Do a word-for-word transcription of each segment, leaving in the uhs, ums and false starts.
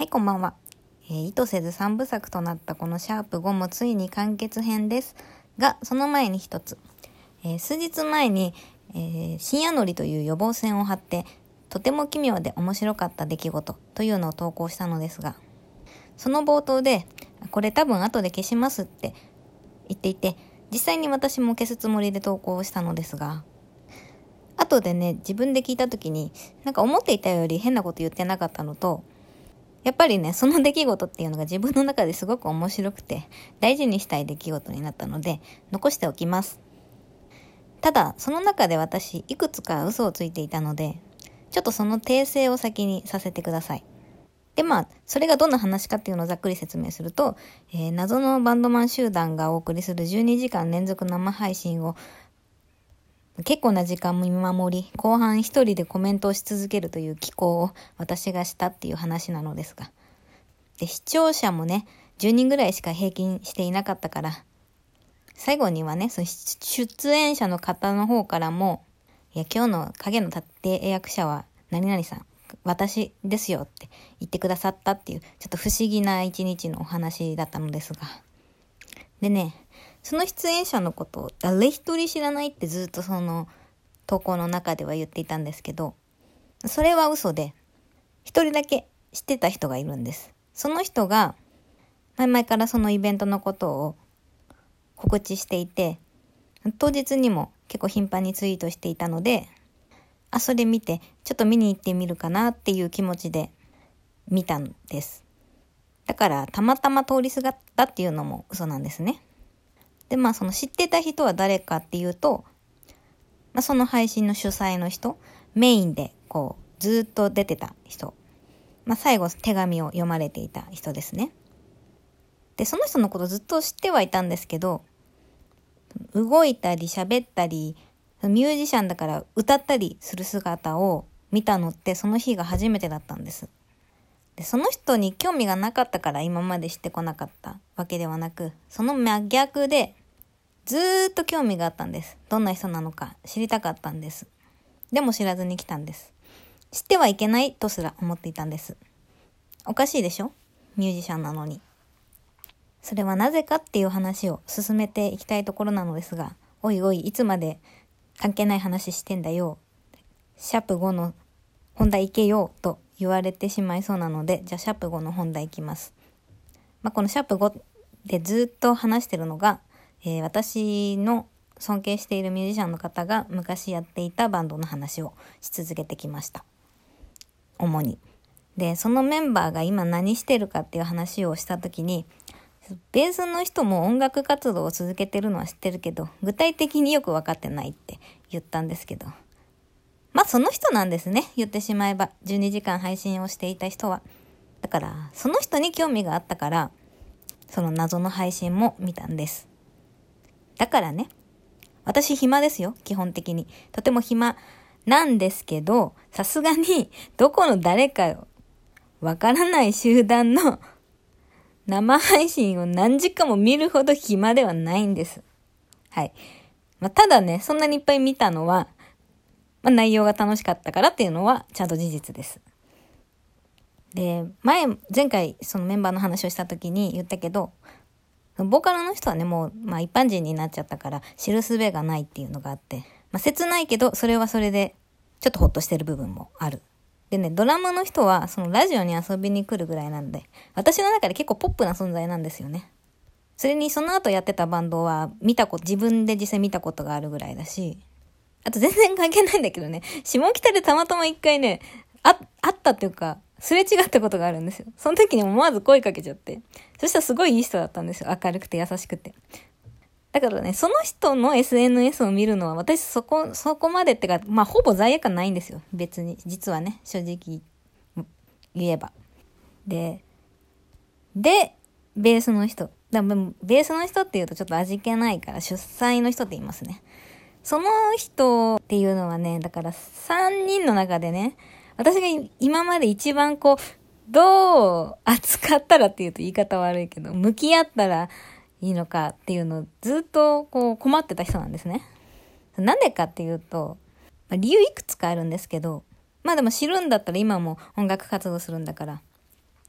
はい、こんばんは。えー、意図せず三部作となったこのシャープごもついに完結編ですが、その前に一つ、えー、数日前に、えー、深夜乗りという予防線を張ってとても奇妙で面白かった出来事というのを投稿したのですが、その冒頭でこれ多分後で消しますって言っていて、実際に私も消すつもりで投稿したのですが、後でね自分で聞いた時になんか思っていたより変なこと言ってなかったのと、やっぱりねその出来事っていうのが自分の中ですごく面白くて大事にしたい出来事になったので残しておきます。ただその中で私いくつか嘘をついていたので、ちょっとその訂正を先にさせてください。でまあそれがどんな話かっていうのをざっくり説明すると、えー、謎のバンドマン集団がお送りするじゅうにじかん連続生配信を結構な時間見守り、後半一人でコメントをし続けるという機構を私がしたっていう話なのですが、で視聴者もねじゅうにんぐらいしか平均していなかったから、最後にはねその出演者の方の方からも、いや今日の影の立役者は何々さん、私ですよって言ってくださったっていうちょっと不思議な一日のお話だったのですが、でねその出演者のことを誰一人知らないってずっとその投稿の中では言っていたんですけど、それは嘘で一人だけ知ってた人がいるんです。その人が前々からそのイベントのことを告知していて、当日にも結構頻繁にツイートしていたので、あそれ見てちょっと見に行ってみるかなっていう気持ちで見たんです。だからたまたま通りすがったっていうのも嘘なんですね。でまあその知ってた人は誰かっていうと、まあ、その配信の主催の人、メインでこうずっと出てた人、まあ、最後手紙を読まれていた人ですね。でその人のことずっと知ってはいたんですけど、動いたり喋ったりミュージシャンだから歌ったりする姿を見たのってその日が初めてだったんです。でその人に興味がなかったから今まで知ってこなかったわけではなく、その真逆でずーっと興味があったんです。どんな人なのか知りたかったんです。でも知らずに来たんです。知ってはいけないとすら思っていたんです。おかしいでしょ、ミュージシャンなのに。それはなぜかっていう話を進めていきたいところなのですが、おいおいいつまで関係ない話してんだよ、シャープごの本題行けよと言われてしまいそうなので、じゃあシャープごの本題行きます。まあ、このシャープごでずっと話してるのが、えー、私の尊敬しているミュージシャンの方が昔やっていたバンドの話をし続けてきました。主に。で、そのメンバーが今何してるかっていう話をしたときに、ベースの人も音楽活動を続けてるのは知ってるけど、具体的によく分かってないって言ったんですけど、まあその人なんですね、言ってしまえば。じゅうにじかん配信をしていた人は。だからその人に興味があったから、その謎の配信も見たんです。だからね、私暇ですよ、基本的に。とても暇なんですけど、さすがにどこの誰かわからない集団の生配信を何時間も見るほど暇ではないんです。はい。まあ、ただね、そんなにいっぱい見たのは、まあ、内容が楽しかったからっていうのはちゃんと事実です。で、前、前回そのメンバーの話をした時に言ったけど、ボーカルの人はね、もう、まあ一般人になっちゃったから知る術がないっていうのがあって、まあ切ないけど、それはそれでちょっとホッとしてる部分もある。でね、ドラムの人はそのラジオに遊びに来るぐらいなんで、私の中で結構ポップな存在なんですよね。それにその後やってたバンドは見たこと、自分で実際見たことがあるぐらいだし、あと全然関係ないんだけどね、下北でたまたま一回ね、あ、あったっていうか、すれ違ったことがあるんですよ。その時に思わず声かけちゃって。そしたらすごいいい人だったんですよ。明るくて優しくて。だからね、その人の エスエヌエス を見るのは私そこ、そこまでってか、まあほぼ罪悪感ないんですよ。別に。実はね、正直言えば。で、で、ベースの人。だベースの人って言うとちょっと味気ないから出催の人って言いますね。その人っていうのはね、だからさんにんの中でね、私が今まで一番こう、どう扱ったらっていうと言い方悪いけど、向き合ったらいいのかっていうのをずっとこう困ってた人なんですね。なんでかっていうと、理由いくつかあるんですけど、まあでも知るんだったら今も音楽活動するんだから、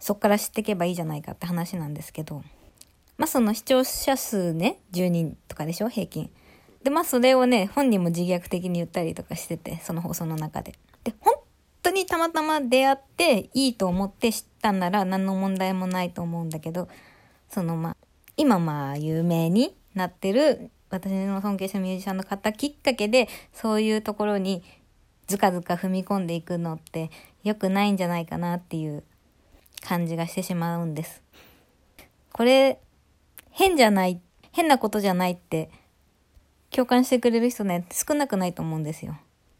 そっから知っていけばいいじゃないかって話なんですけど、まあその視聴者数ね、じゅうにんとかでしょ、平均。で、まあそれをね、本人も自虐的に言ったりとかしてて、その放送の中で。で、本当にたまたま出会っていいと思って知ったんなら何の問題もないと思うんだけど、そのまあ、今まあ有名になってる私の尊敬してるミュージシャンの方きっかけで、そういうところにずかずか踏み込んでいくのって良くないんじゃないかなっていう感じがしてしまうんです。これ、変じゃない、変なことじゃないって共感してくれる人ね、少なくないと思うんですよ。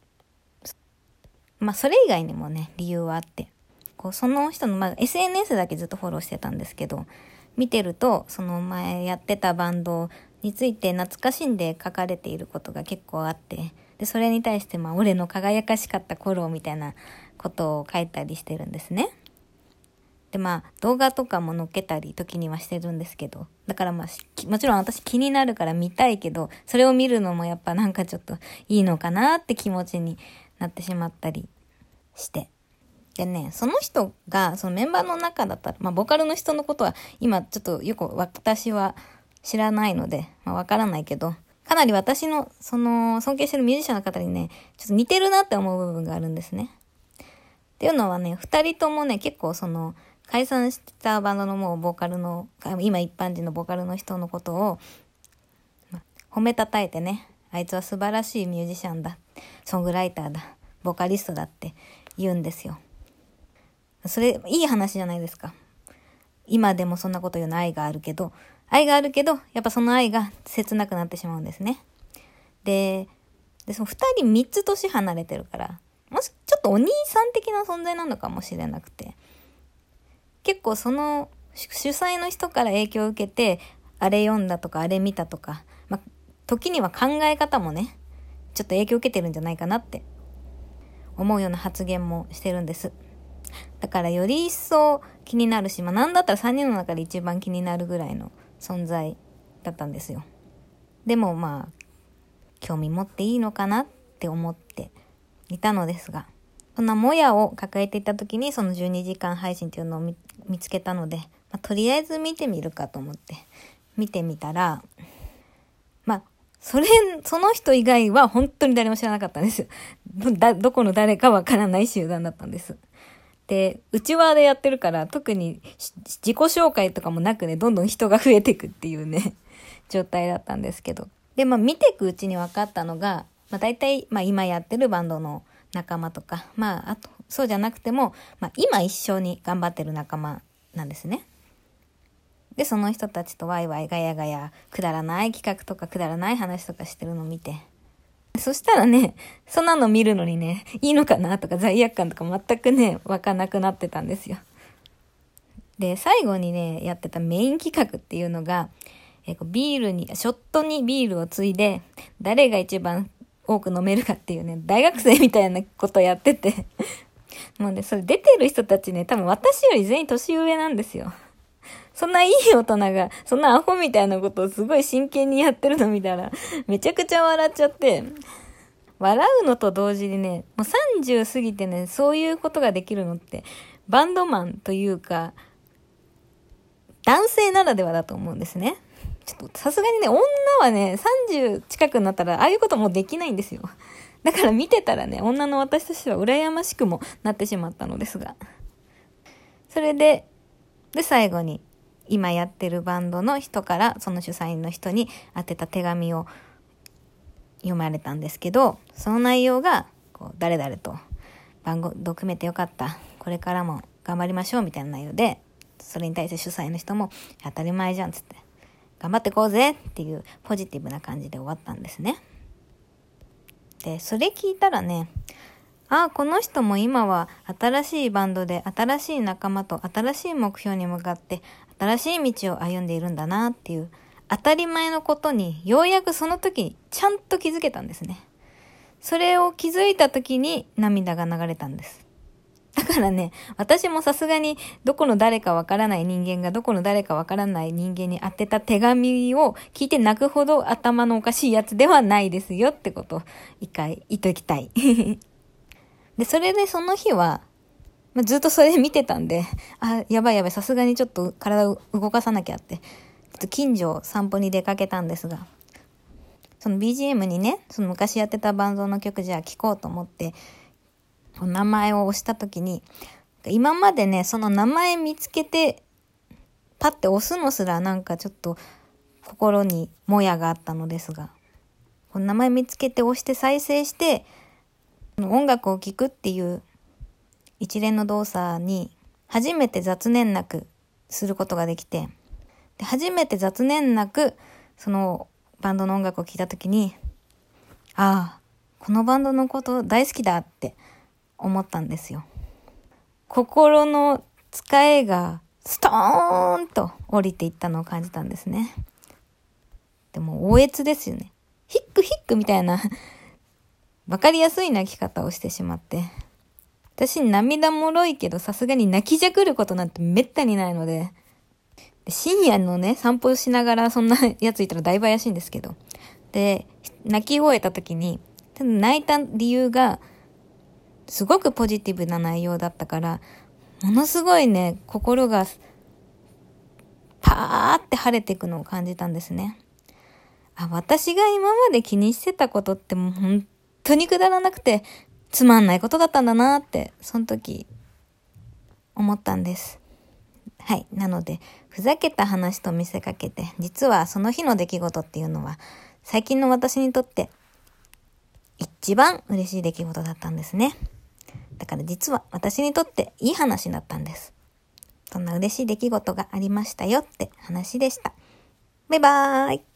まあそれ以外にもね、理由はあって、こうその人の、まあ、エスエヌエス だけずっとフォローしてたんですけど、見てるとその前やってたバンドについて懐かしんで書かれていることが結構あって、でそれに対してまあ俺の輝かしかった頃みたいなことを書いたりしてるんですね。でまあ動画とかも載っけたり時にはしてるんですけど、だからまあもちろん私気になるから見たいけど、それを見るのもやっぱなんかちょっといいのかなって気持ちになってしまったりして、でね、その人がそのメンバーの中だったら、まあボーカルの人のことは今ちょっとよく私は知らないので、まあわからないけど、かなり私のその尊敬してるミュージシャンの方にね、ちょっと似てるなって思う部分があるんですね。っていうのはね、二人ともね、結構その解散してたバンドのもうボーカルの、今一般人のボーカルの人のことを、まあ、褒めたたえてね、あいつは素晴らしいミュージシャンだ、ソングライターだ、ボーカリストだって言うんですよ。それいい話じゃないですか。今でもそんなこと言うの愛があるけど、愛があるけど、やっぱその愛が切なくなってしまうんですね。で、でその二人三つ年離れてるから、もしちょっとお兄さん的な存在なのかもしれなくて、結構その主催の人から影響を受けて、あれ読んだとかあれ見たとか、まあ、時には考え方もね、ちょっと影響を受けてるんじゃないかなって思うような発言もしてるんです。だからより一層気になるし、まあなんだったらさんにんの中で一番気になるぐらいの存在だったんですよ。でもまあ、興味持っていいのかなって思っていたのですが、そんなもやを抱えていた時にそのじゅうにじかん配信っていうのを 見, 見つけたので、まあ、とりあえず見てみるかと思って見てみたら、まあ、それ、その人以外は本当に誰も知らなかったんですよ。だ、どこの誰かわからない集団だったんです。で、内輪でやってるから特に自己紹介とかもなくね、どんどん人が増えていくっていうね、状態だったんですけど。で、まあ見ていくうちに分かったのが、まあ大体、まあ今やってるバンドの仲間とか、まああと、そうじゃなくても、まあ今一緒に頑張ってる仲間なんですね。で、その人たちとワイワイガヤガヤ、くだらない企画とかくだらない話とかしてるのを見て、そしたらね、そんなの見るのにね、いいのかなとか罪悪感とか全くね、湧かなくなってたんですよ。で、最後にね、やってたメイン企画っていうのが、えー、ビールに、ショットにビールをついで、誰が一番多く飲めるかっていうね、大学生みたいなことやってて、もうね、それ出てる人たちね、多分私より全員年上なんですよ。そんないい大人が、そんなアホみたいなことをすごい真剣にやってるの見たら、めちゃくちゃ笑っちゃって、笑うのと同時にね、もうさんじゅう過ぎてね、そういうことができるのって、バンドマンというか、男性ならではだと思うんですね。ちょっとさすがにね、女はね、さんじゅう近くになったら、ああいうこともできないんですよ。だから見てたらね、女の私としては羨ましくもなってしまったのですが。それで、で、最後に、今やってるバンドの人からその主催の人に宛てた手紙を読まれたんですけど、その内容がこう誰々と番号ド組めてよかった、これからも頑張りましょうみたいな内容で、それに対して主催の人も当たり前じゃんっつって頑張ってこうぜっていうポジティブな感じで終わったんですね。で、それ聞いたらね、ああ、この人も今は新しいバンドで新しい仲間と新しい目標に向かって新しい道を歩んでいるんだなっていう当たり前のことにようやくその時にちゃんと気づけたんですね。それを気づいた時に涙が流れたんです。だからね、私もさすがにどこの誰かわからない人間がどこの誰かわからない人間に宛てた手紙を聞いて泣くほど頭のおかしいやつではないですよってことを一回言っときたい。で、それでその日はまあ、ずっとそれ見てたんで、あ、やばいやばい、さすがにちょっと体を動かさなきゃって、ちょっと近所を散歩に出かけたんですが、その ビージーエム にね、その昔やってたバンドの曲じゃあ聴こうと思って、名前を押した時に、今までね、その名前見つけて、パッて押すのすらなんかちょっと心にもやがあったのですが、この名前見つけて押して再生して、音楽を聴くっていう一連の動作に初めて雑念なくすることができて、で初めて雑念なくそのバンドの音楽を聴いたときに、ああ、このバンドのこと大好きだって思ったんですよ。心の使えがストーンと降りていったのを感じたんですね。でも、おえつですよね。ヒックヒックみたいなわかりやすい泣き方をしてしまって、私涙もろいけどさすがに泣きじゃくることなんてめったにないので、で深夜のね散歩しながらそんなやついたらだいぶ怪しいんですけど、で泣き終えた時に泣いた理由がすごくポジティブな内容だったから、ものすごいね心がパーって晴れていくのを感じたんですね。あ、私が今まで気にしてたことってもう本当にくだらなくてつまんないことだったんだなってその時思ったんです。はい。なのでふざけた話と見せかけて、実はその日の出来事っていうのは最近の私にとって一番嬉しい出来事だったんですね。だから実は私にとっていい話だったんです。そんな嬉しい出来事がありましたよって話でした。バイバーイ。